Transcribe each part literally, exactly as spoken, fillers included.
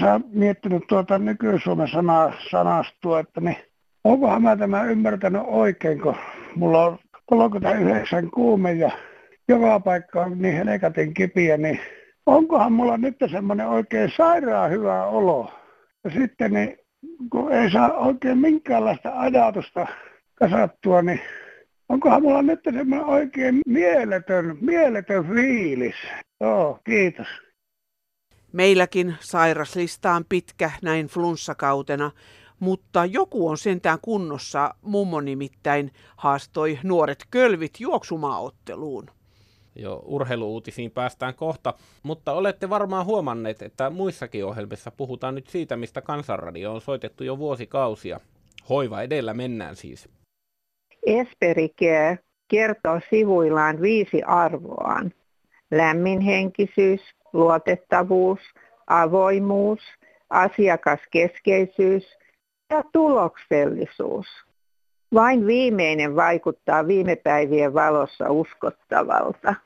tuossa miettinyt tuota nyky-Suomen sana, sanastua, että niin, onkohan mä tämä ymmärtänyt oikein, kun mulla on kolmekymmentäyhdeksän kuume ja joka paikka on niin helkatin kipiä, niin onkohan mulla nyt semmoinen oikein sairaan hyvä olo. Ja sitten niin, kun ei saa oikein minkäänlaista ajatusta kasattua, niin onkohan mulla nyt semmoinen oikein mieletön, mieletön fiilis. Joo, kiitos. Meilläkin sairaslista on pitkä näin flunssakautena, mutta joku on sentään kunnossa. Mummo nimittäin haastoi nuoret kölvit juoksumaaotteluun. Joo, urheiluuutisiin päästään kohta, mutta olette varmaan huomanneet, että muissakin ohjelmissa puhutaan nyt siitä, mistä Kansanradio on soitettu jo vuosikausia. Hoiva edellä mennään siis. Esperi Care kertoo sivuillaan viisi arvoaan. Lämminhenkisyys, luotettavuus, avoimuus, asiakaskeskeisyys ja tuloksellisuus. Vain viimeinen vaikuttaa viime päivien valossa uskottavalta.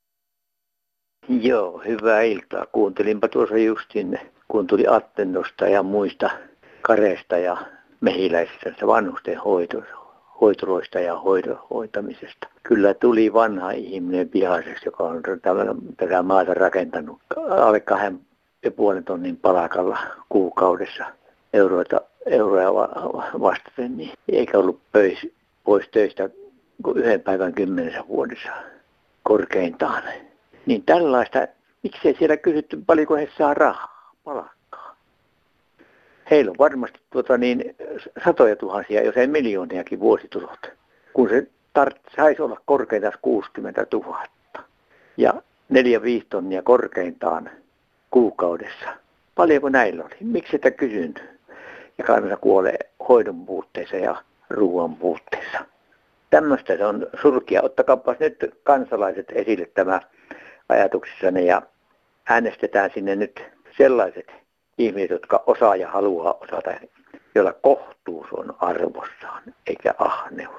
Joo, hyvää iltaa. Kuuntelinpa tuossa justin, kun tuli Attendosta ja muista kareista ja mehiläisistä vanhusten hoitoista. hoitoloista ja hoito, hoitamisesta. Kyllä tuli vanha ihminen vihaiseksi, joka on tätä maata rakentanut alle kahden ja puolen tonnin palakalla kuukaudessa euroita, euroja vastaten, niin eikä ollut pois, pois töistä kuin yhden päivän kymmenessä vuodessa korkeintaan. Niin tällaista, miksei siellä kysytty paljonko he saa rahaa, palakkaa. Heillä on varmasti tuota niin, satoja tuhansia, jos ei miljooniakin vuositulot, kun se tar- saisi olla korkeintaan kuusikymmentätuhatta ja neljä viisi tonnia korkeintaan kuukaudessa. Paljonko näillä oli? Miksi sitä kysynyt? Ja kansa kuolee hoidon puutteessa ja ruoan puutteessa. Tämmöistä se on surkia. Ottakaapas nyt kansalaiset esille tämä ajatuksissanne ja äänestetään sinne nyt sellaiset ihmiset, jotka osaa ja haluaa osata, joilla kohtuus on arvossaan, eikä ahneus.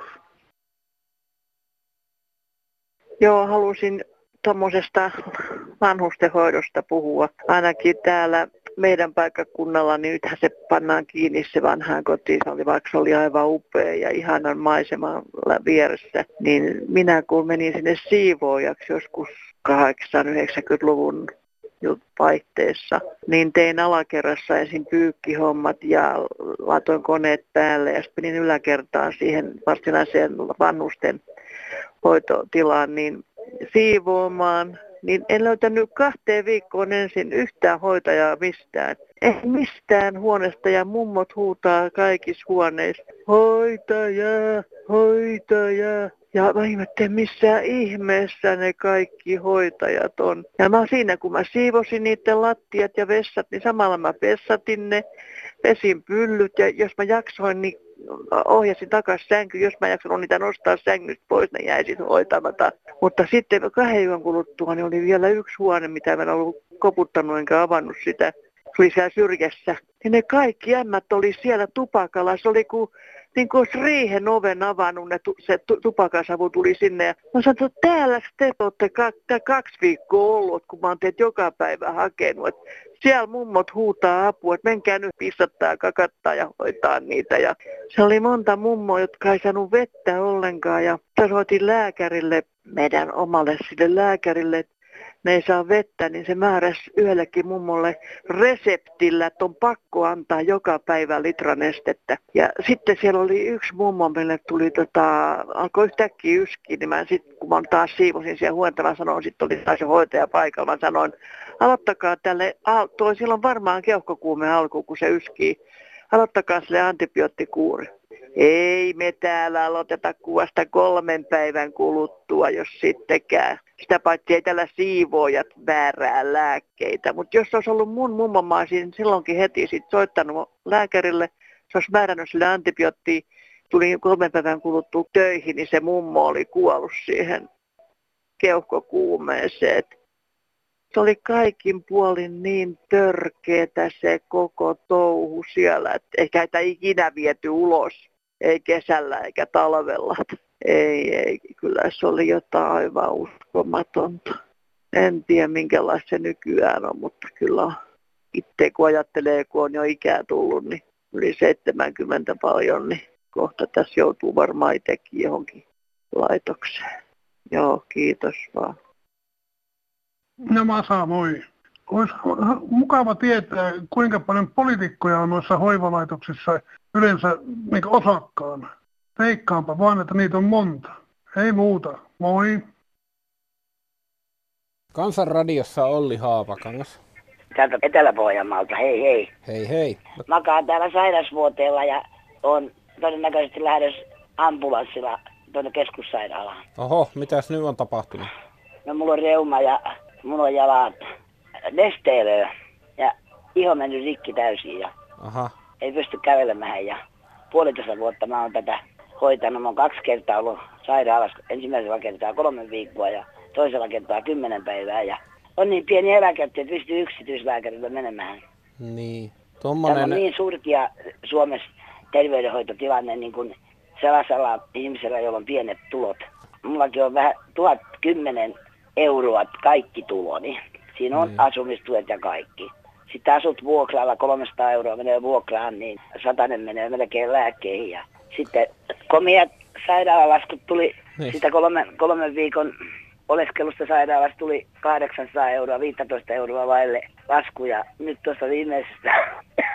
Joo, halusin tuommoisesta vanhustenhoidosta puhua. Ainakin täällä meidän paikkakunnalla, niin nythän se pannaan kiinni se vanhaan kotiin, se oli, vaikka se oli aivan upea ja ihanan maiseman vieressä. Niin minä kun menin sinne siivoojaksi joskus kahdeksankymmentä-yhdeksänkymmentäluvun vaihteessa, niin tein alakerrassa ensin pyykkihommat ja laitoin koneet päälle ja sitten menin yläkertaan siihen varsinaiseen vanhusten hoitotilaan niin siivoamaan. Niin en löytänyt kahteen viikkoon ensin yhtään hoitajaa mistään. Ei mistään huoneesta ja mummot huutaa kaikissa huoneissa. Hoitaja, hoitaja. Ja mä ihmettelin, missä ihmeessä ne kaikki hoitajat on. Ja mä siinä, kun mä siivosin niiden lattiat ja vessat, niin samalla mä vessatin ne, pesin pyllyt. Ja jos mä jaksoin, niin ohjasin takaisin sänky. Jos mä jaksoin niitä nostaa sängystä pois, ne jäi sitten hoitamatta. Mutta sitten kahden yön kuluttua niin oli vielä yksi huone, mitä mä en ollut koputtanut enkä avannut sitä. Se oli siellä syrjässä. Ja ne kaikki ämmät oli siellä tupakalla. Se oli kuin, niin kuin olisi riihen oven avannut, ne, se tupakasavu tuli sinne. Ja mä sanoin, että täällä te olette kaksi viikkoa ollut, kun mä oon teet joka päivä hakenut. Et siellä mummot huutaa apua, että menkää nyt pissattaa ja kakattaa ja hoitaa niitä. Ja se oli monta mummoa, jotka ei saanut vettä ollenkaan. Ja soitin lääkärille, meidän omalle sille lääkärille, että ne ei saa vettä, niin se määräsi yhdellekin mummolle reseptillä, että on pakko antaa joka päivä litra nestettä. Ja sitten siellä oli yksi mummo, meille tuli tota, alkoi yhtäkkiä yskiä, niin mä sitten, kun mä taas siivosin siellä huonetta, mä sanoin, sitten oli taas se hoitaja paikalla, mä sanoin, aloittakaa tälle, toi silloin varmaan keuhkokuume alku, kun se yskii, aloittakaa sille antibioottikuuri. Ei me täällä aloiteta kuvasta kolmen päivän kuluttua, jos sittenkään. Sitä paitsi ei tällä siivoojat väärää lääkkeitä. Mutta jos olisi ollut mun mummo, mä olisin silloinkin heti sit soittanut lääkärille. Se olisi määrännyt sille antibioottia. Tuli kolmen päivän kuluttua töihin, niin se mummo oli kuollut siihen keuhkokuumeeseen. Se oli kaikin puolin niin törkeetä se koko touhu siellä, että eikä sitä ikinä viety ulos. Ei kesällä eikä talvella. Ei, ei, kyllä se oli jotain aivan uskomatonta. En tiedä minkälaista se nykyään on, mutta kyllä on itse kun ajattelee, kun on jo ikää tullut, niin yli seitsemänkymmentä paljon, niin kohta tässä joutuu varmaan itsekin johonkin laitokseen. Joo, kiitos vaan. No Masa, moi. Olisi mukava tietää, kuinka paljon poliitikkoja on noissa hoivalaitoksissa yleensä niin osakkaana. Veikkaanpa vaan, että niitä on monta. Ei muuta. Moi. Kansanradiossa Olli Haapakangas. Täältä Etelä-Pohjanmaalta, hei hei. Hei hei. Makaan täällä sairasvuoteella ja on todennäköisesti lähdössä ambulanssilla tuonne keskussairaalaan. Oho, mitäs nyt on tapahtunut? No mulla on reuma ja mulla on jalat nesteilyä ja iho mennyt rikki täysin ja Aha. ei pysty kävelemään ja puolitoista vuotta mä oon tätä hoitanut. Mä oon kaksi kertaa ollut sairaalassa, ensimmäisellä kertaa kolme viikkoa ja toisella kertaa kymmenen päivää ja on niin pieni eläke, että pystyy yksityislääkärille menemään. Niin. Tommonen... Tämä on niin surkia Suomessa terveydenhoitotilanne niin kuin sellaisella ihmisellä, jolla on pienet tulot. Mullakin on vähän tuhat kymmenen euroa kaikki tuloni. Siinä on mm. asumistuet ja kaikki. Sitten asut vuokralla, kolmesataa euroa menee vuokraan, niin satanen menee melkein lääkkeihin. Ja sitten komiat sairaalalaskut tuli, niin. Sitä kolme, kolmen viikon oleskelusta sairaalassa tuli kahdeksansataa euroa, viisitoista euroa vaille laskuja. Nyt tuossa viimeisestä,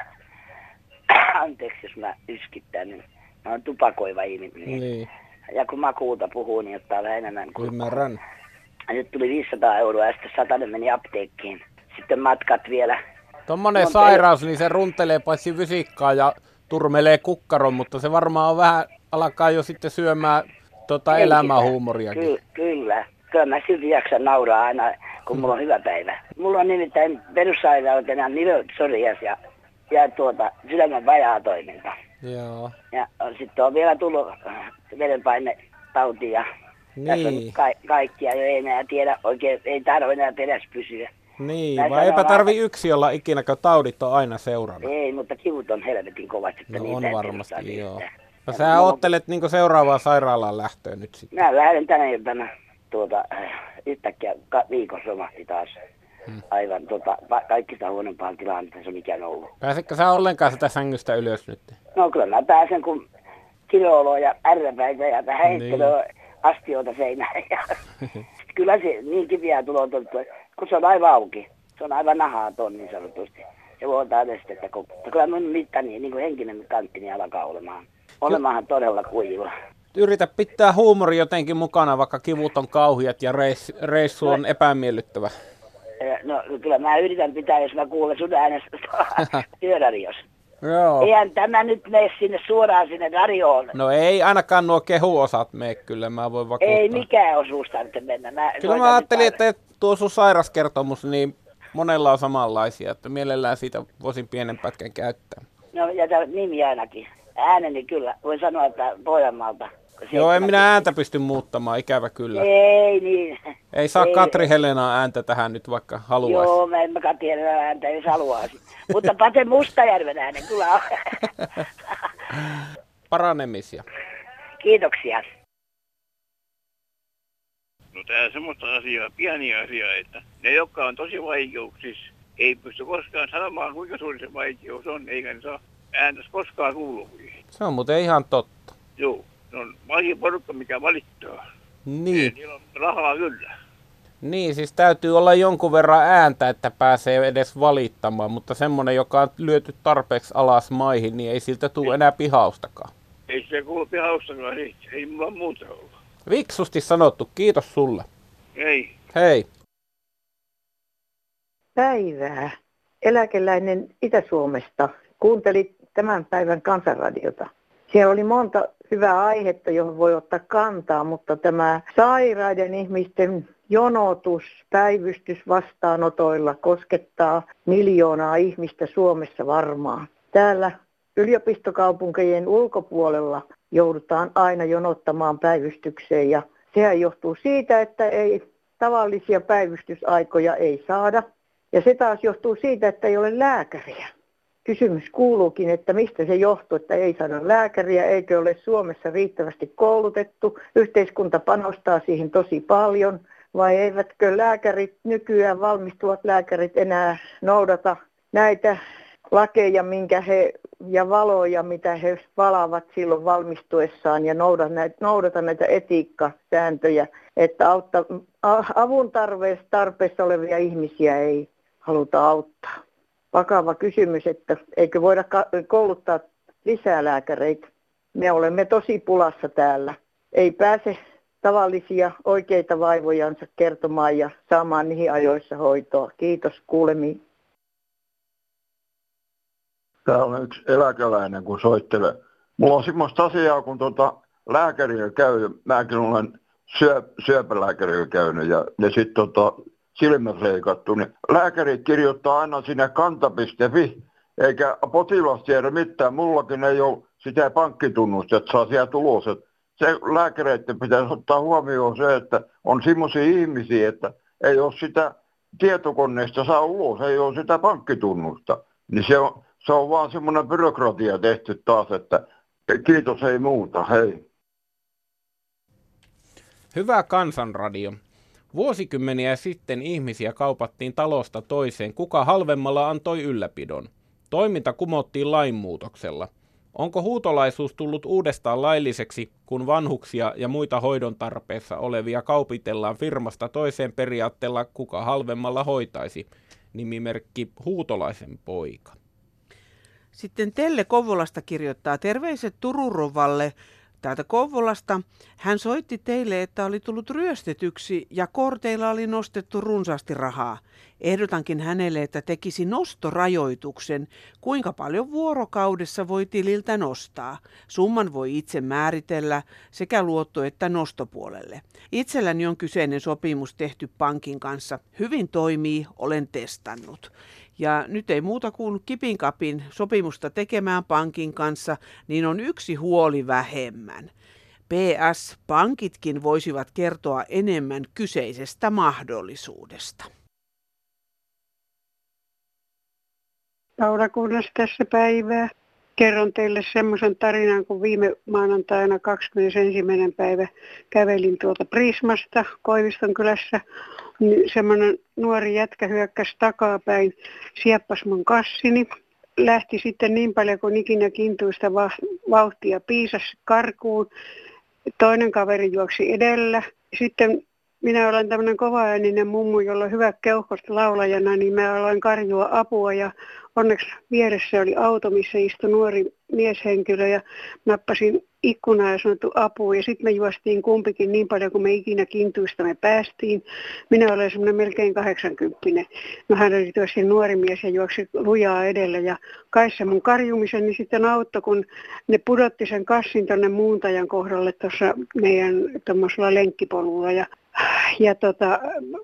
anteeksi jos mä yskittän, niin mä oon tupakoiva ihminen. Niin. Ja kun makuuta puhuu, niin ottaa vähän enemmän. Kuin... Ymmärrän. Ja nyt tuli viisisataa euroa ja sitten satanen meni apteekkiin. Sitten matkat vielä. Tommonen Tuon sairaus, niin se runtelee paitsi fysiikkaa ja turmelee kukkaron, mutta se varmaan on vähän, alkaa jo sitten syömään tota elämähuumoriakin. Ky- kyllä. Kyllä mä silti jaksan nauraa aina, kun mulla on hyvä päivä. Mulla on nimittäin perussairautena nivelpsorias ja, ja tuota, sydämen vajaatoiminta. Joo. Ja sitten on vielä tullut verenpainetautia. Niin. Tässä on ka- kaikkia jo ei enää tiedä oikein, ei tarvitse enää perässä pysyä. Niin, vai eipä tarvi vaan... yksi olla ikinä, kun taudit on aina seurana. Ei, mutta kivut on helvetin kovat. Että no niitä on varmasti, joo. Niitä. No sä mulla... oottelet niinku seuraavaa sairaalaan lähtöä nyt sitten. Mä lähden tänä iltana tuota, yhtäkkiä ka- viikossa romahti taas. Hmm. Aivan tota, kaikista huonompaan tilaan, mitä se mikään on ollut. Pääsetkö sä ollenkaan sitä sängystä ylös nyt? No kyllä mä pääsen, kun kilooloa ja ärräpäitä ja vähän heittelöä niin. Astioita seinään. Ja kyllä se niin kiviä tulee, kun se on aivan auki. Se on aivan nahaton niin sanotusti. Se vuotaa nestettä koko. Kyllä mun mittani, niin kuin henkinen kanttini alkaa olemaan. Olemaanhan todella kuiva. Yritä pitää huumori jotenkin mukana, vaikka kivut on kauhiat ja reissu, reissu on epämiellyttävä. No kyllä mä yritän pitää, jos mä kuulen sun äänestä työradios. Joo. Eihän tämä nyt mene sinne suoraan sinne radioon. No ei ainakaan nuo kehuosat mene kyllä, mä voin vakuuttaa. Ei mikään osuus tarvitse mennä. Mä kyllä mä ajattelin, että tuo sun sairaskertomus, niin monella on samanlaisia, että mielellään siitä voisin pienen pätkän käyttää. No ja nimi ainakin. Ääneni kyllä, voin sanoa, että Pohjanmaalta. Joo, en minä ääntä pysty muuttamaan, ikävä kyllä. Ei niin. Ei saa ei, Katri Helenaa ääntä tähän nyt, vaikka haluaisi. Joo, mä en mä Katri Helenaa ääntä, jos haluaisi. Mutta Pate Mustajärven äänen kyllä on. Paranemisia. Kiitoksia. No tää on semmoista asiaa, pieni asia, että ne, jotka on tosi vaikeuksissa, ei pysty koskaan sanomaan, kuinka suuri se vaikeus on, eikä ne saa ääntäs koskaan kuuluviin. Se on muuten ihan totta. Joo, se on vaikea porukka, mikä valittaa. Niin. Niillä on rahaa kyllä. Niin, siis täytyy olla jonkun verran ääntä, että pääsee edes valittamaan, mutta semmoinen, joka on lyöty tarpeeksi alas maihin, niin ei siltä tule enää pihaustakaan. Ei se kuulu pihaustakaan, ei, ei mulla muuta ollut. Viksusti sanottu, kiitos sulle. Ei. Hei. Päivää. Eläkeläinen Itä-Suomesta. Kuuntelit tämän päivän Kansanradiota. Siellä oli monta hyvää aihetta, johon voi ottaa kantaa, mutta tämä sairaiden ihmisten jonotus päivystys vastaanotoilla koskettaa miljoonaa ihmistä Suomessa varmaan. Täällä yliopistokaupunkien ulkopuolella joudutaan aina jonottamaan päivystykseen ja sehän johtuu siitä, että ei tavallisia päivystysaikoja ei saada. Ja se taas johtuu siitä, että ei ole lääkäriä. Kysymys kuuluukin, että mistä se johtuu, että ei saada lääkäriä, eikö ole Suomessa riittävästi koulutettu. Yhteiskunta panostaa siihen tosi paljon, vai eivätkö lääkärit, nykyään valmistuvat lääkärit enää noudata näitä lakeja, minkä he, ja valoja, mitä he valavat silloin valmistuessaan ja noudata näitä, noudata näitä etiikkasääntöjä, että autta, avun tarpeessa olevia ihmisiä ei haluta auttaa. Vakava kysymys, että eikö voida kouluttaa lisää lääkäreitä. Me olemme tosi pulassa täällä. Ei pääse tavallisia oikeita vaivojansa kertomaan ja saamaan niihin ajoissa hoitoa. Kiitos, kuulemiin. Täällä on yksi eläkeläinen, kun soittelee. Mulla on semmoista asiaa, kun tuota lääkärillä käy. Mäkin olen syö, syöpälääkärillä käynyt ja, ja sitten tota, silmät leikattu. Niin lääkäri kirjoittaa aina sinne kanta piste fi, eikä potilas tiedä mitään. Mullakin ei ole sitä pankkitunnusta, että saa sieltä ulos. Se lääkäreiden pitäisi ottaa huomioon se, että on semmoisia ihmisiä, että ei ole sitä tietokoneesta saa ulos, ei ole sitä pankkitunnusta. Niin se on, se on vaan semmoinen byrokratia tehty taas, että kiitos ei muuta, hei. Hyvä Kansanradio. Vuosikymmeniä sitten ihmisiä kaupattiin talosta toiseen, kuka halvemmalla antoi ylläpidon. Toiminta kumottiin lainmuutoksella. Onko huutolaisuus tullut uudestaan lailliseksi, kun vanhuksia ja muita hoidon tarpeessa olevia kaupitellaan firmasta toiseen periaatteella, kuka halvemmalla hoitaisi? Nimimerkki Huutolaisen poika. Sitten Telle Kouvolasta kirjoittaa terveiset Tururovalle täältä Kouvolasta. Hän soitti teille, että oli tullut ryöstetyksi ja korteilla oli nostettu runsaasti rahaa. Ehdotankin hänelle, että tekisi nostorajoituksen, kuinka paljon vuorokaudessa voi tililtä nostaa. Summan voi itse määritellä sekä luotto- että nostopuolelle. Itselläni on kyseinen sopimus tehty pankin kanssa. Hyvin toimii, olen testannut. Ja nyt ei muuta kuin kipinkapin sopimusta tekemään pankin kanssa, niin on yksi huoli vähemmän. P S. Pankitkin voisivat kertoa enemmän kyseisestä mahdollisuudesta. Laura Kunnas tässä päivää. Kerron teille semmoisen tarinan, kun viime maanantaina kahdeskymmenesensimmäinen päivä kävelin tuolta Prismasta Koiviston kylässä. Niin semmoinen nuori jätkä hyökkäsi takapäin, sieppasi mun kassini. Lähti sitten niin paljon kuin ikinä kintuista vauhtia piisasi karkuun. Toinen kaveri juoksi edellä. Sitten minä olen tämmöinen kovaääninen mummu, jolla on hyvä keuhkosta laulajana, niin mä aloin karjua apua ja onneksi vieressä oli auto, missä istui nuori mieshenkilö ja nappasin ikkunaa ja sanottu apua ja sitten me juostiin kumpikin niin paljon kuin me ikinä kintuista me päästiin. Minä olen semmoinen melkein kahdeksankymppinen. No hän oli tuossa nuori mies ja juoksi lujaa edellä ja kai se mun karjumisen niin sitten auttoi, kun ne pudotti sen kassin tuonne muuntajan kohdalle tuossa meidän tuommoisella lenkkipolulla ja, ja tota...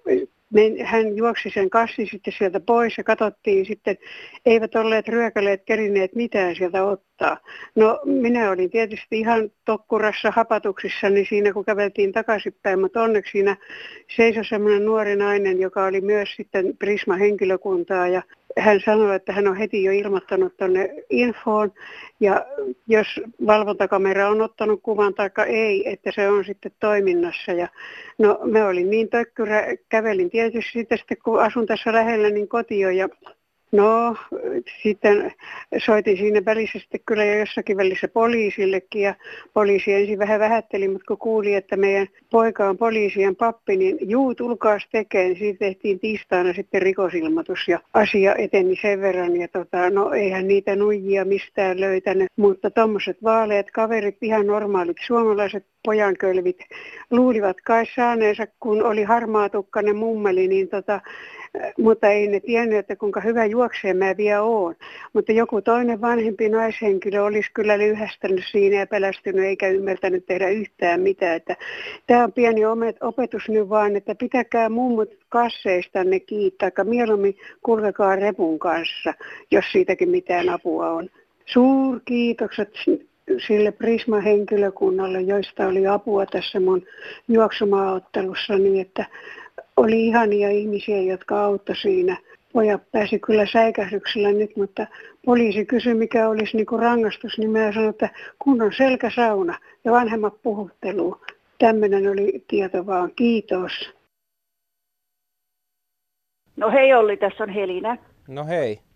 Hän juoksi sen kassin sitten sieltä pois ja katsottiin sitten, eivät olleet ryökäleet kerineet mitään sieltä ottaa. No minä olin tietysti ihan tokkurassa hapatuksissani siinä, kun käveltiin takaisinpäin, mutta onneksi siinä seisoi semmoinen nuori nainen, joka oli myös sitten Prisma-henkilökuntaa ja hän sanoi, että hän on heti jo ilmoittanut tuonne infoon ja jos valvontakamera on ottanut kuvan tai ei, että se on sitten toiminnassa. Ja no me olin niin tökkyrä, kävelin tietysti sitten kun asun tässä lähellä niin kotiin ja no sitten soitin siinä välissä sitten kyllä jo jossakin välissä poliisillekin ja poliisi ensin vähän vähätteli, mutta kun kuuli, että meidän poika on poliisien pappi, niin juu tulkaas tekee, niin siitä tehtiin tiistaina sitten rikosilmoitus ja asia eteni sen verran ja tota, no eihän niitä nuijia mistään löytänyt, mutta tommoset vaaleat kaverit, ihan normaalit suomalaiset pojankölvit luulivat kai saaneensa, kun oli harmaatukkainen mummeli, niin tota, mutta ei ne tiennyt, että kuinka hyvä juoksija mä vielä oon. Mutta joku toinen vanhempi naishenkilö olisi kyllä lyhästänyt siinä ja pelästynyt eikä ymmärtänyt tehdä yhtään mitään. Tämä on pieni opetus nyt vaan, että pitäkää mummut kasseistanne kiinni, tai mieluummin kulkekaa repun kanssa, jos siitäkin mitään apua on. Suurkiitokset sille Prisma-henkilökunnalle, joista oli apua tässä mun juoksumaaottelussa, niin että oli ihania ihmisiä, jotka auttoi siinä. Pojat pääsi kyllä säikähdyksellä nyt, mutta poliisi kysyi, mikä olisi niin kuin rangaistus, niin mä sanoin, että kun on selkäsauna ja vanhemmat puhuttelua. Tämmöinen oli tieto vaan. Kiitos. No hei Olli, tässä on Helina. No hei.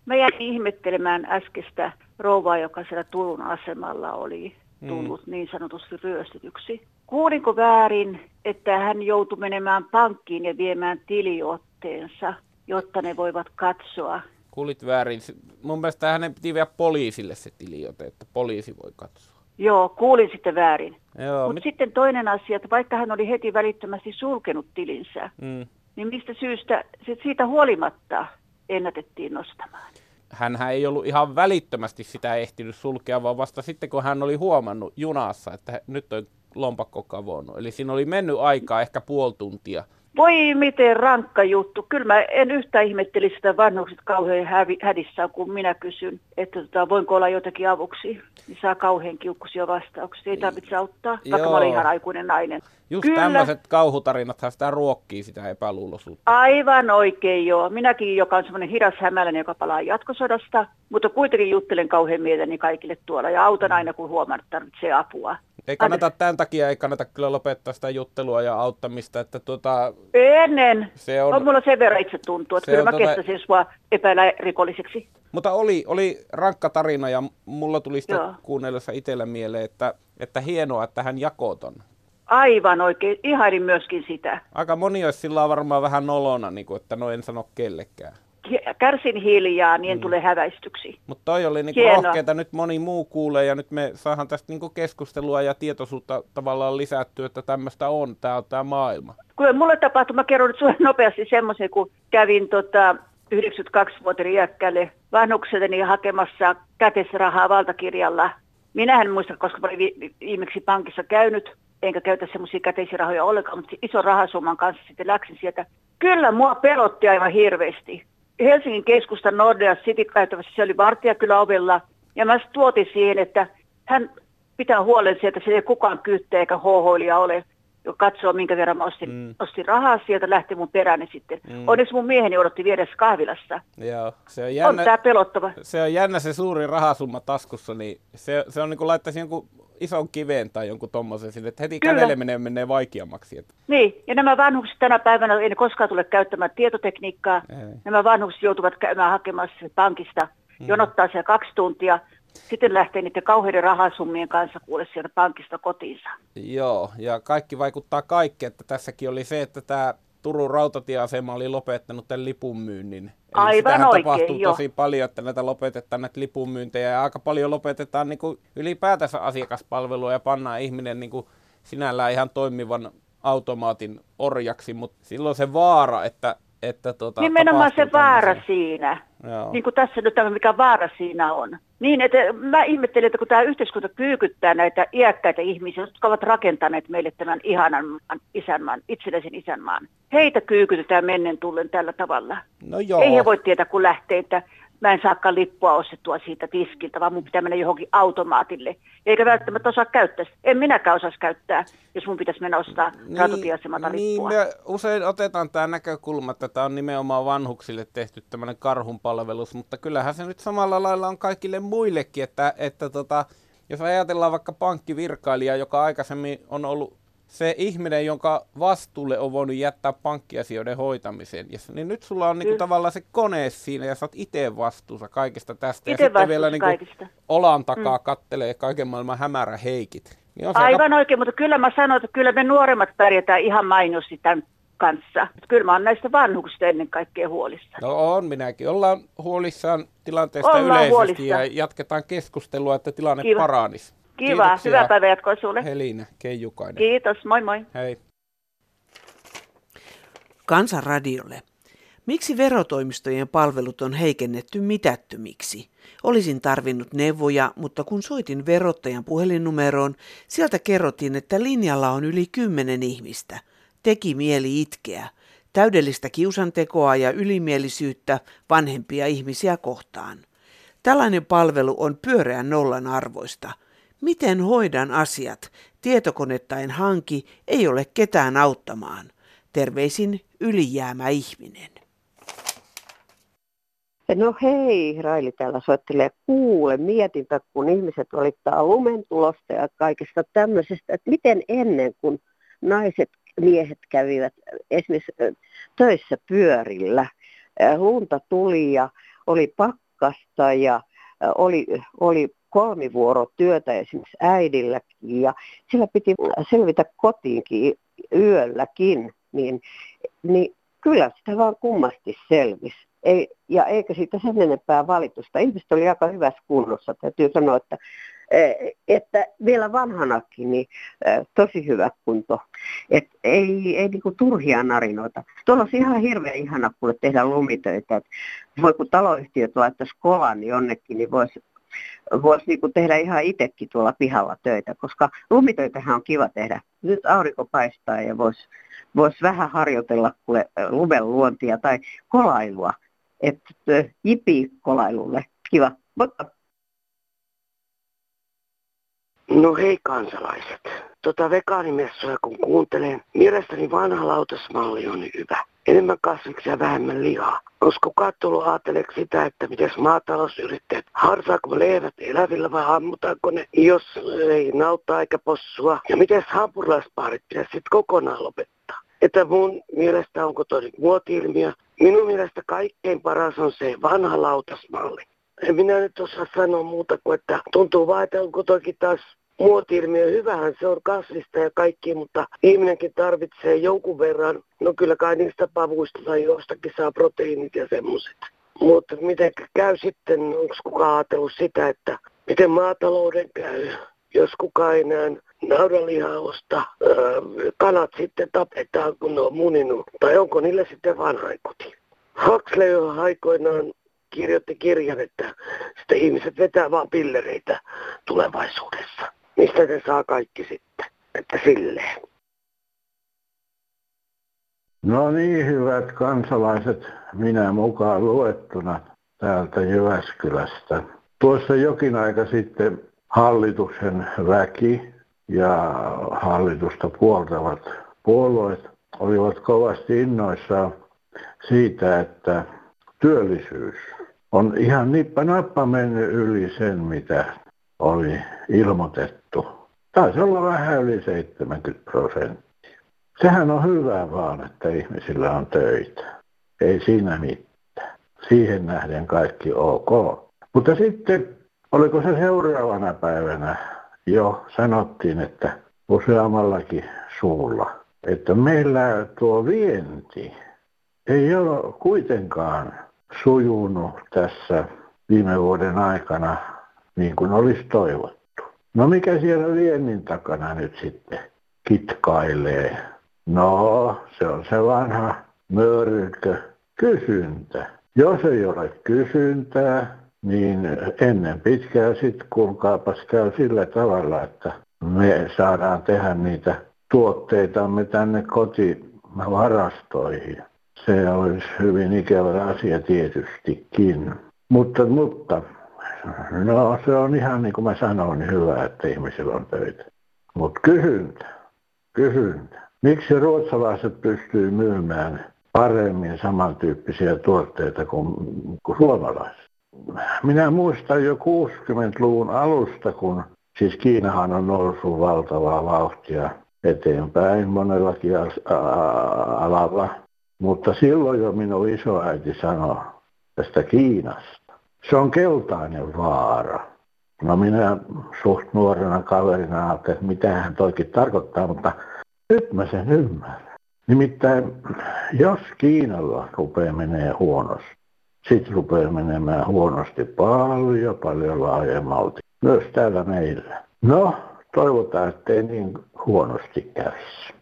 Mä jäin ihmettelemään äskeistä rouvaa, joka siellä Turun asemalla oli tullut mm. niin sanotusti ryöstetyksi. Kuulinko väärin, että hän joutui menemään pankkiin ja viemään tiliotteensa, jotta ne voivat katsoa? Kuulit väärin. Mun mielestä hänen piti viedä poliisille se tiliote, että poliisi voi katsoa. Joo, kuulin sitten väärin. Mutta mit... sitten toinen asia, että vaikka hän oli heti välittömästi sulkenut tilinsä, mm. niin mistä syystä siitä huolimatta ennätettiin nostamaan? Hänhän ei ollut ihan välittömästi sitä ehtinyt sulkea, vaan vasta sitten, kun hän oli huomannut junassa, että nyt on lompakko kavonnut. Eli siinä oli mennyt aikaa ehkä puoli tuntia. Voi miten rankka juttu. Kyllä mä en yhtään ihmetteli sitä vanhukset kauhean hädissä, kun minä kysyn, että tota, voinko olla jotakin avuksi. Niin saa kauhean kiukkuisia vastauksia. Ei tarvitse auttaa, vaikka Joo. mä olin ihan aikuinen nainen. Just Kyllä. tämmöiset kauhutarinathan sitä ruokkii sitä epäluuloisuutta. Aivan oikein joo. Minäkin, joka on semmoinen hidas hämäläinen, joka palaa jatkosodasta, mutta kuitenkin juttelen kauhean mielelläni kaikille tuolla ja autan aina, kun huomaan, että tarvitsee apua. Ei kannata Anne. Tämän takia, ei kannata kyllä lopettaa sitä juttelua ja auttamista, että tuota... Ennen. Se on, on mulla sen verran itse tuntuu, että kyllä mä tuota... kestäisin, jos vaan epäillä rikolliseksi. Mutta oli, oli rankka tarina ja mulla tuli sitä Joo. kuunnellessa itsellä mieleen, että, että hienoa, että hän jakoi ton. Aivan oikein. Ihailin myöskin sitä. Aika moni olisi sillä varmaan vähän nolona, niin kuin, että no en sano kellekään. Kärsin hiljaa, niin en mm. tule häväistyksi. Mutta toi oli niinku rohkeeta, nyt moni muu kuulee ja nyt me saadaan tästä niinku keskustelua ja tietoisuutta tavallaan lisättyä, että tämmöistä on, tää on tää maailma. Kyllä mulle tapahtui, mä kerron nyt sulle nopeasti semmoisen, kun kävin tota, yhdeksänkymmentäkaksi-vuotiaille iäkkäälle vanhukselleni hakemassa käteisrahaa valtakirjalla. Minä en muista, koska mä olin vi- viimeksi pankissa käynyt, enkä käytä semmoisia käteisiä rahoja ollenkaan, mutta ison rahasumman kanssa sitten läksin sieltä. Kyllä mua pelotti aivan hirveästi. Helsingin keskustan Nordea City-käytävässä, se oli vartija kyllä ovella, ja mä tuotin siihen, että hän pitää huolen sieltä, että se ei kukaan kyyttä eikä hohoilija ole, joka katsoo, minkä verran mä ostin, mm. ostin rahaa sieltä, lähti mun peräni sitten. Mm. Onneksi mun mieheni odotti vieressä kahvilassa. Joo, se on jännä, on tää pelottava. Se on jännä se suuri rahasumma taskussa, niin se, se on niin kuin laittaisi jonkun ison kiveen tai jonkun tommosen sinne, että heti Kyllä. käveleminen menee vaikeammaksi. Että. Niin, ja nämä vanhukset tänä päivänä ei ne koskaan tule käyttämään tietotekniikkaa. Ei. Nämä vanhukset joutuvat käymään hakemassa pankista, mm. jonottaa siellä kaksi tuntia. Sitten lähtee niiden kauheiden rahasummien kanssa kuule sieltä pankista kotiinsa. Joo, ja kaikki vaikuttaa kaikkeen, että tässäkin oli se, että tämä Turun rautatieasema oli lopettanut tämän lipunmyynnin. Eli Aivan oikein, tapahtuu jo. tosi paljon, että näitä lopetetaan näitä lipunmyyntejä ja aika paljon lopetetaan niin kuin ylipäätänsä asiakaspalvelua ja pannaan ihminen niin kuin sinällään ihan toimivan automaatin orjaksi, mutta silloin se vaara, että Että tuota, nimenomaan se vaara tämmöisiä. Siinä, Joo. niin kuin tässä nyt mikä vaara siinä on. Niin, että mä ihmettelin, että kun tämä yhteiskunta kyykyttää näitä iäkkäitä ihmisiä, jotka ovat rakentaneet meille tämän ihanan isänmaan, itsenäisen isänmaan. Heitä kyykytetään mennen tullen tällä tavalla. No joo. Ei he voi tietää, kun lähtee, että mä en saakaan lippua ostettua siitä tiskiltä, vaan mun pitää mennä johonkin automaatille. Eikä välttämättä osaa käyttää. En minäkään osaisi käyttää, jos mun pitäisi mennä ostaa niin, rautatieasemalta lippua. Niin, me usein otetaan tämä näkökulma, että tämä on nimenomaan vanhuksille tehty tämmöinen karhunpalvelus, mutta kyllähän se nyt samalla lailla on kaikille muillekin, että, että tota, jos ajatellaan vaikka pankkivirkailija, joka aikaisemmin on ollut se ihminen, jonka vastuulle on voinut jättää pankkiasioiden hoitamiseen, niin nyt sulla on niinku tavallaan se kone siinä ja sä oot itse vastuussa kaikesta tästä. Ite ja sitten vielä niinku olan takaa mm. kattelee kaiken maailman hämärä heikit. Niin on Aivan aika... oikein, mutta kyllä mä sanon, että kyllä me nuoremmat pärjätään ihan mainiosti tämän kanssa. Kyllä mä oon näistä vanhuksista ennen kaikkea huolissaan. No on minäkin. Ollaan huolissaan tilanteesta Ollaan yleisesti huolissa. ja jatketaan keskustelua, että tilanne Kiva. paranisi. Kiva, Kiitoksia. hyvää päivää jatkoa sulle. Helina Keijukainen. Kiitos, moi moi. Hei. Kansanradiolle. Miksi verotoimistojen palvelut on heikennetty mitättömiksi? Olisin tarvinnut neuvoja, mutta kun soitin verottajan puhelinnumeroon, sieltä kerrottiin, että linjalla on yli kymmenen ihmistä. Teki mieli itkeä. Täydellistä kiusantekoa ja ylimielisyyttä vanhempia ihmisiä kohtaan. Tällainen palvelu on pyöreän nollan arvoista. Miten hoidan asiat? Tietokonetta en hanki, ei ole ketään auttamaan. Terveisin ylijäämä ihminen. No hei, Raili täällä soittelee. Kuule, mietinpä, kun ihmiset valittaa lumentulosta ja kaikesta tämmöisestä, että miten ennen kuin naiset, miehet kävivät esimerkiksi töissä pyörillä, lunta tuli ja oli pakko raskasta ja oli, oli kolmivuorotyötä esimerkiksi äidilläkin ja sillä piti selvitä kotiinkin yölläkin, niin, niin kyllä sitä vaan kummasti selvisi. Ei, ja eikä siitä sen enempää valitusta. Ihmiset oli aika hyvässä kunnossa. Täytyy sanoa, että, että vielä vanhanakin niin tosi hyvä kunto. Et ei ei niinku turhia narinoita. Tuolla olisi ihan hirveän ihana kuule tehdä lumitöitä. Et voi kun taloyhtiöt laittaisi kolan jonnekin, niin voisi vois niinku tehdä ihan itsekin tuolla pihalla töitä. Koska lumitöitähän on kiva tehdä. Nyt aurinko paistaa ja voisi vois vähän harjoitella kuule lumen luontia tai kolailua. Että jipi kolailulle. Kiva. Mutta. No hei kansalaiset. Tota vegaanimessuja kun kuuntelen, mielestäni vanha lautasmalli on hyvä. Enemmän kasviksia ja vähemmän lihaa. Olisiko kukaan tullut ajattelemaan sitä, että miten maatalousyrittäjät, harsaako lehmät elävillä vai ammutaanko ne, jos ei nautaa eikä possua. Ja miten hampurilaispaarit pitäisi sitten kokonaan lopettaa. Että mun mielestä onko toi muoti-ilmiö. Minun mielestä kaikkein paras on se vanha lautasmalli. En minä nyt osaa sanoa muuta kuin, että tuntuu vaan, että onko toki taas muoti-ilmiö. Hyvähän se on kasvista ja kaikki, mutta ihminenkin tarvitsee jonkun verran. No kyllä kai niistä pavuista tai jostakin saa proteiinit ja semmoiset. Mutta miten käy sitten, onko kukaan ajatellut sitä, että miten maatalouden käy? Jos kukaan ei enää naudanlihaa osta, öö, kanat sitten tapetaan, kun ne on muninut. Tai onko niille sitten vanhainkoti? Huxley aikoinaan kirjoitti kirjan, että sitten ihmiset vetää vaan pillereitä tulevaisuudessa. Mistä ne saa kaikki sitten? Että silleen. No niin, hyvät kansalaiset, minä mukaan luettuna täältä Jyväskylästä. Tuossa jokin aika sitten hallituksen väki ja hallitusta puoltavat puolueet olivat kovasti innoissaan siitä, että työllisyys on ihan nippa nappa mennyt yli sen, mitä oli ilmoitettu. Taisi olla vähän yli seitsemänkymmentä prosenttia. Sehän on hyvä vaan, että ihmisillä on töitä. Ei siinä mitään. Siihen nähden kaikki ok. Mutta sitten, oliko se seuraavana päivänä jo sanottiin, että useammallakin suulla, että meillä tuo vienti ei ole kuitenkaan sujunut tässä viime vuoden aikana niin kuin olisi toivottu. No mikä siellä viennin takana nyt sitten kitkailee? No se on se vanha mörkö kysyntä. Jos ei ole kysyntää, niin ennen pitkään sitten kuulkaapas käy sillä tavalla, että me saadaan tehdä niitä tuotteitamme tänne kotivarastoihin. Se olisi hyvin ikävä asia tietystikin. Mutta, mutta no se on ihan niin kuin mä sanoin, niin hyvä, että ihmisillä on töitä. Mutta kysyntä, kysyntä. Miksi ruotsalaiset pystyy myymään paremmin samantyyppisiä tuotteita kuin, kuin suomalaiset? Minä muistan jo kuusikymmentäluvun alusta, kun siis Kiinahan on noussut valtavaa vauhtia eteenpäin monellakin alalla. Mutta silloin jo minun isoäiti sanoi tästä Kiinasta. Se on keltainen vaara. No minä suht nuorena kaverina ajattelin, että mitä hän toikin tarkoittaa, mutta nyt mä sen ymmärrän. Nimittäin jos Kiinalla rupeaa menee huonosti, sitten rupeaa menemään huonosti paljon, paljon laajemmalti. Myös täällä meillä. No, toivotaan, ettei niin huonosti kävisi.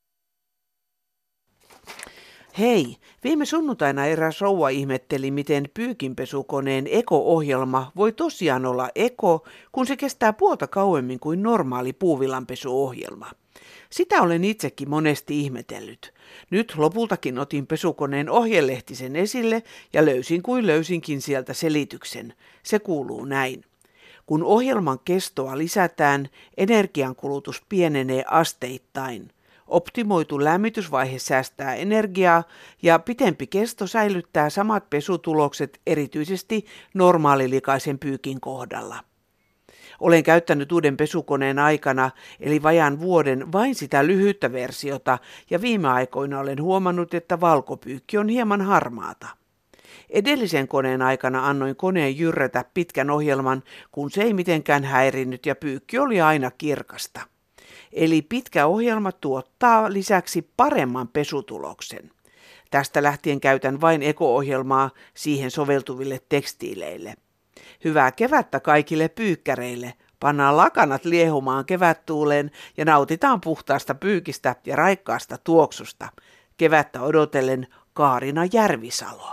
Hei, viime sunnuntaina eräs rouva ihmetteli, miten pyykinpesukoneen eko-ohjelma voi tosiaan olla eko, kun se kestää puolta kauemmin kuin normaali puuvillanpesuohjelma. Sitä olen itsekin monesti ihmetellyt. Nyt lopultakin otin pesukoneen ohjelehtisen esille ja löysin kuin löysinkin sieltä selityksen. Se kuuluu näin. Kun ohjelman kestoa lisätään, energiankulutus pienenee asteittain. Optimoitu lämmitysvaihe säästää energiaa ja pitempi kesto säilyttää samat pesutulokset erityisesti normaalilikaisen pyykin kohdalla. Olen käyttänyt uuden pesukoneen aikana, eli vajaan vuoden, vain sitä lyhyttä versiota ja viime aikoina olen huomannut, että valkopyykki on hieman harmaata. Edellisen koneen aikana annoin koneen jyrrätä pitkän ohjelman, kun se ei mitenkään häirinnyt ja pyykki oli aina kirkasta. Eli pitkä ohjelma tuottaa lisäksi paremman pesutuloksen. Tästä lähtien käytän vain Eko-ohjelmaa siihen soveltuville tekstiileille. Hyvää kevättä kaikille pyykkäreille. Pannaan lakanat liehumaan kevättuuleen ja nautitaan puhtaasta pyykistä ja raikkaasta tuoksusta. Kevättä odotellen Kaarina Järvisalo.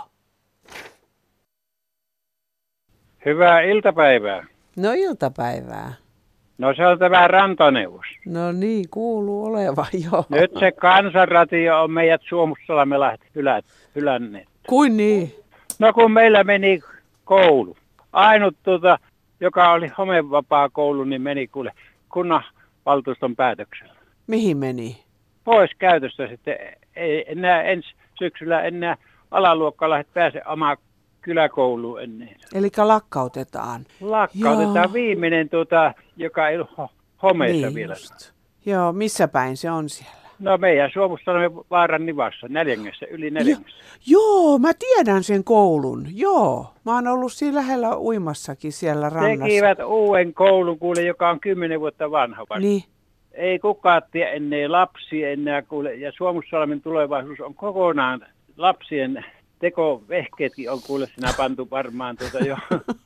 Hyvää iltapäivää. No iltapäivää. No se on tämä rantaneuvos. No niin, kuuluu oleva, joo. Nyt se kansanratio on meidät Suomussalmella hylät, hylänneet. Kuin niin? No kun meillä meni koulu. Ainut tuota, joka oli homevapaa koulu, niin meni kuule kunnanvaltuuston päätöksellä. Mihin meni? Pois käytöstä sitten. Ei enää ensi syksyllä enää alaluokkalaiset pääse omaa kyläkouluun ennen. Eli lakkautetaan. Lakkautetaan Joo. viimeinen, tuota, joka ei ole homeessa niin vielä. Just. Joo, missä päin se on siellä? No meidän Suomussalmen Vaaran Nivassa, neljängessä, yli neljängessä. Jo, joo, mä tiedän sen koulun. Joo, mä oon ollut siinä lähellä uimassakin siellä rannassa. Tekivät uuden koulun, kuule, joka on kymmenen vuotta vanha vasta. Niin. Ei kukaan tiedä enää lapsia enää, kuule, ja Suomussalmen tulevaisuus on kokonaan lapsien tekovehkeetkin on kuule sinä pantu varmaan tuota jo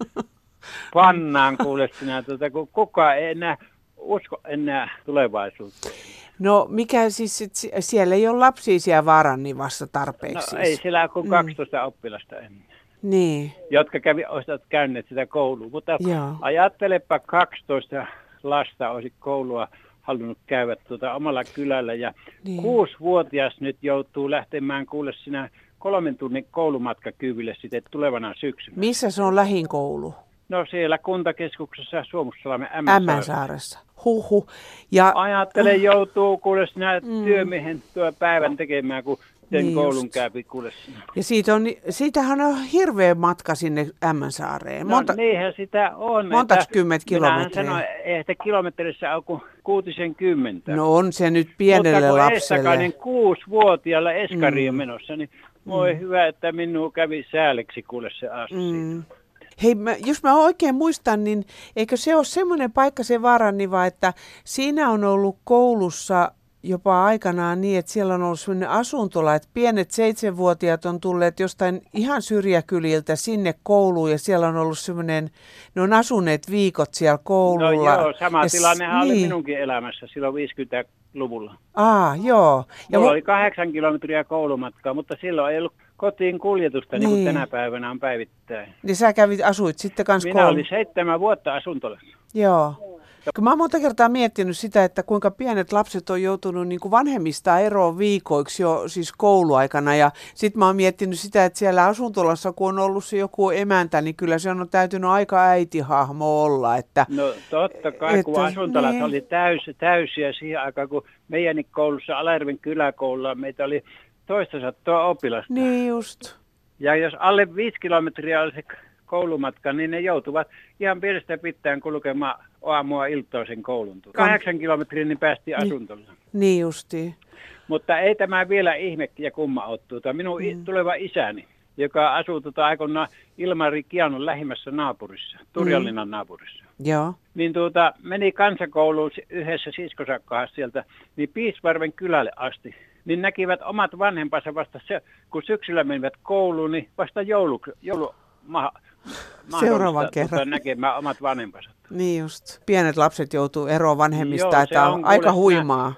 pannaan kuule sinä, tuota, kun kukaan ei enää usko enää tulevaisuutta. No mikä siis, siellä ei ole lapsia siellä Vaarannivassa tarpeeksi? No ei siellä ole kuin kaksitoista mm. oppilasta ennen. Niin. Jotka kävi, olisivat käyneet sitä koulua, mutta Joo. ajattelepa kaksitoista lasta olisi koulua halunnut käydä tuota omalla kylällä ja niin. kuusivuotias nyt joutuu lähtemään kuule sinä kolmen tunnin koulumatkakyville sitten tulevana syksynä. Missä se on lähin koulu? No siellä kuntakeskuksessa Suomussalmen Ämmänsaaressa. Huhhuh. Ja ajattele joutuu kuule sinä mm. työmiehen tuo päivän tekemään, kun sen niin koulun just. Käypi kuule sinä. Ja siitä on, siitähän on hirveä matka sinne Ämmänsaareen. Monta, no niinhän sitä on. Monta kymmentä kilometriä? Minähän sanoin, että kilometrissä on kuin kuutisen kymmentä. No on se nyt pienelle mutta lapselle. Mutta kun Estakainen kuusivuotiaalla eskari mm. menossa, niin voi mm. hyvä, että minua kävi sääliksi kuule se asia. Mm. Hei, mä, jos mä oikein muistan, niin eikö se ole semmoinen paikka se Vaaranniva, että siinä on ollut koulussa jopa aikanaan niin, että siellä on ollut semmoinen asuntola, että pienet seitsemänvuotiaat on tulleet jostain ihan syrjäkyliltä sinne kouluun ja siellä on ollut semmoinen, ne on asuneet viikot siellä koululla. No joo, sama ja tilannehan niin. oli minunkin elämässä silloin viisikymmentäluvulla. Aa, joo. Ja Mulla mu- oli kahdeksan kilometriä koulumatkaa, mutta silloin ei ollut kotiin kuljetusta niin, niin kuin tänä päivänä on päivittäin. Niin sä kävit, asuit sitten kanssa Minä koulu... olin seitsemän vuotta asuntolassa. Joo. Mä oon monta kertaa miettinyt sitä, että kuinka pienet lapset on joutunut niin kuin vanhemmista eroon viikoiksi jo siis kouluaikana. Ja sit mä oon miettinyt sitä, että siellä asuntolassa, kun on ollut se joku emäntä, niin kyllä se on täytynyt aika äitihahmo olla. Että, no totta kai, että, kun asuntolat niin. oli täys, täysiä siihen aikaan, kun meidänkin koulussa, Alajärven kyläkoululla, meitä oli toista sattua oppilasta. Niin just. Ja jos alle viisi kilometriä oli se koulumatka, niin ne joutuvat ihan pienestä pitäen kulkemaan aamua iltoisen koulun. Kahdeksan kilometriä niin päästiin asuntolle. Niin justiin. Mutta ei tämä vielä ihme ja kumma ole. Tuota, minun mm. tuleva isäni, joka asuu tuota aikoinaan Ilmari Kianon lähimmässä naapurissa, Turjallinnan mm. naapurissa. Joo. Niin tuota, meni kansakouluun yhdessä siskosakkaan kanssa sieltä, niin Piisvarven kylälle asti. Niin näkivät omat vanhempansa vasta se, kun syksyllä menivät kouluun, niin vasta joulu, joulu ma, Seuraavan kerran näkemään omat vanhempansa. Niin just. Pienet lapset joutuu eroon vanhemmista, Joo, että on, on aika huimaa.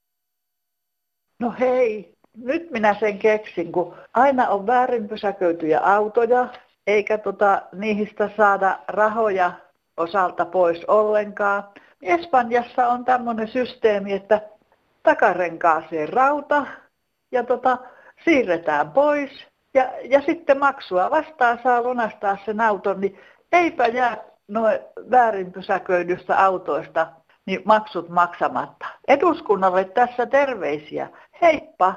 No hei, nyt minä sen keksin, kun aina on väärin pysäköityjä autoja, eikä tota, niistä saada rahoja osalta pois ollenkaan. Espanjassa on tämmöinen systeemi, että takarenkaaseen rauta ja tota, siirretään pois ja, ja sitten maksua vastaan saa lunastaa sen auton, niin eipä jää noin väärin pysäköidystä autoista niin maksut maksamatta. Eduskunnalle tässä terveisiä. Heippa!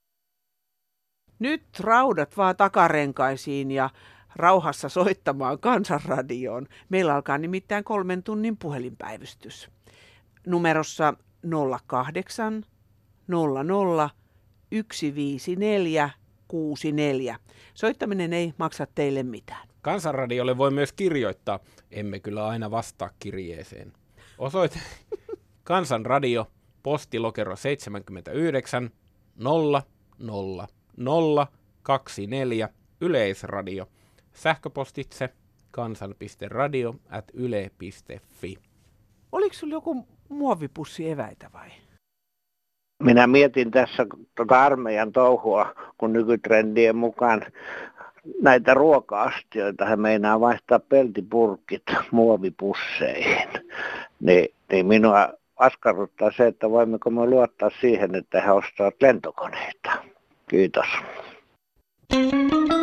Nyt raudat vaan takarenkaisiin ja rauhassa soittamaan Kansanradioon. Meillä alkaa nimittäin kolmen tunnin puhelinpäivystys. Numerossa nolla kahdeksan nolla nolla yksi viisi neljä kuusi neljä. Soittaminen ei maksa teille mitään. Kansanradiolle voi myös kirjoittaa. Emme kyllä aina vastaa kirjeeseen. Osoite Kansanradio, postilokero seitsemänkymmentäyhdeksän nolla nolla nolla kaksikymmentäneljä, Yleisradio. Sähköpostitse kansan piste radio ät yle piste fi. Oliko sinulla joku muovipussi eväitä vai? Minä mietin tässä tuota armeijan touhua, kun nykytrendien mukaan näitä ruoka-astioita he meinaa vaihtaa peltipurkit muovipusseihin. Ni, niin minua askarruttaa se, että voimmeko me luottaa siihen, että he ostavat lentokoneita. Kiitos.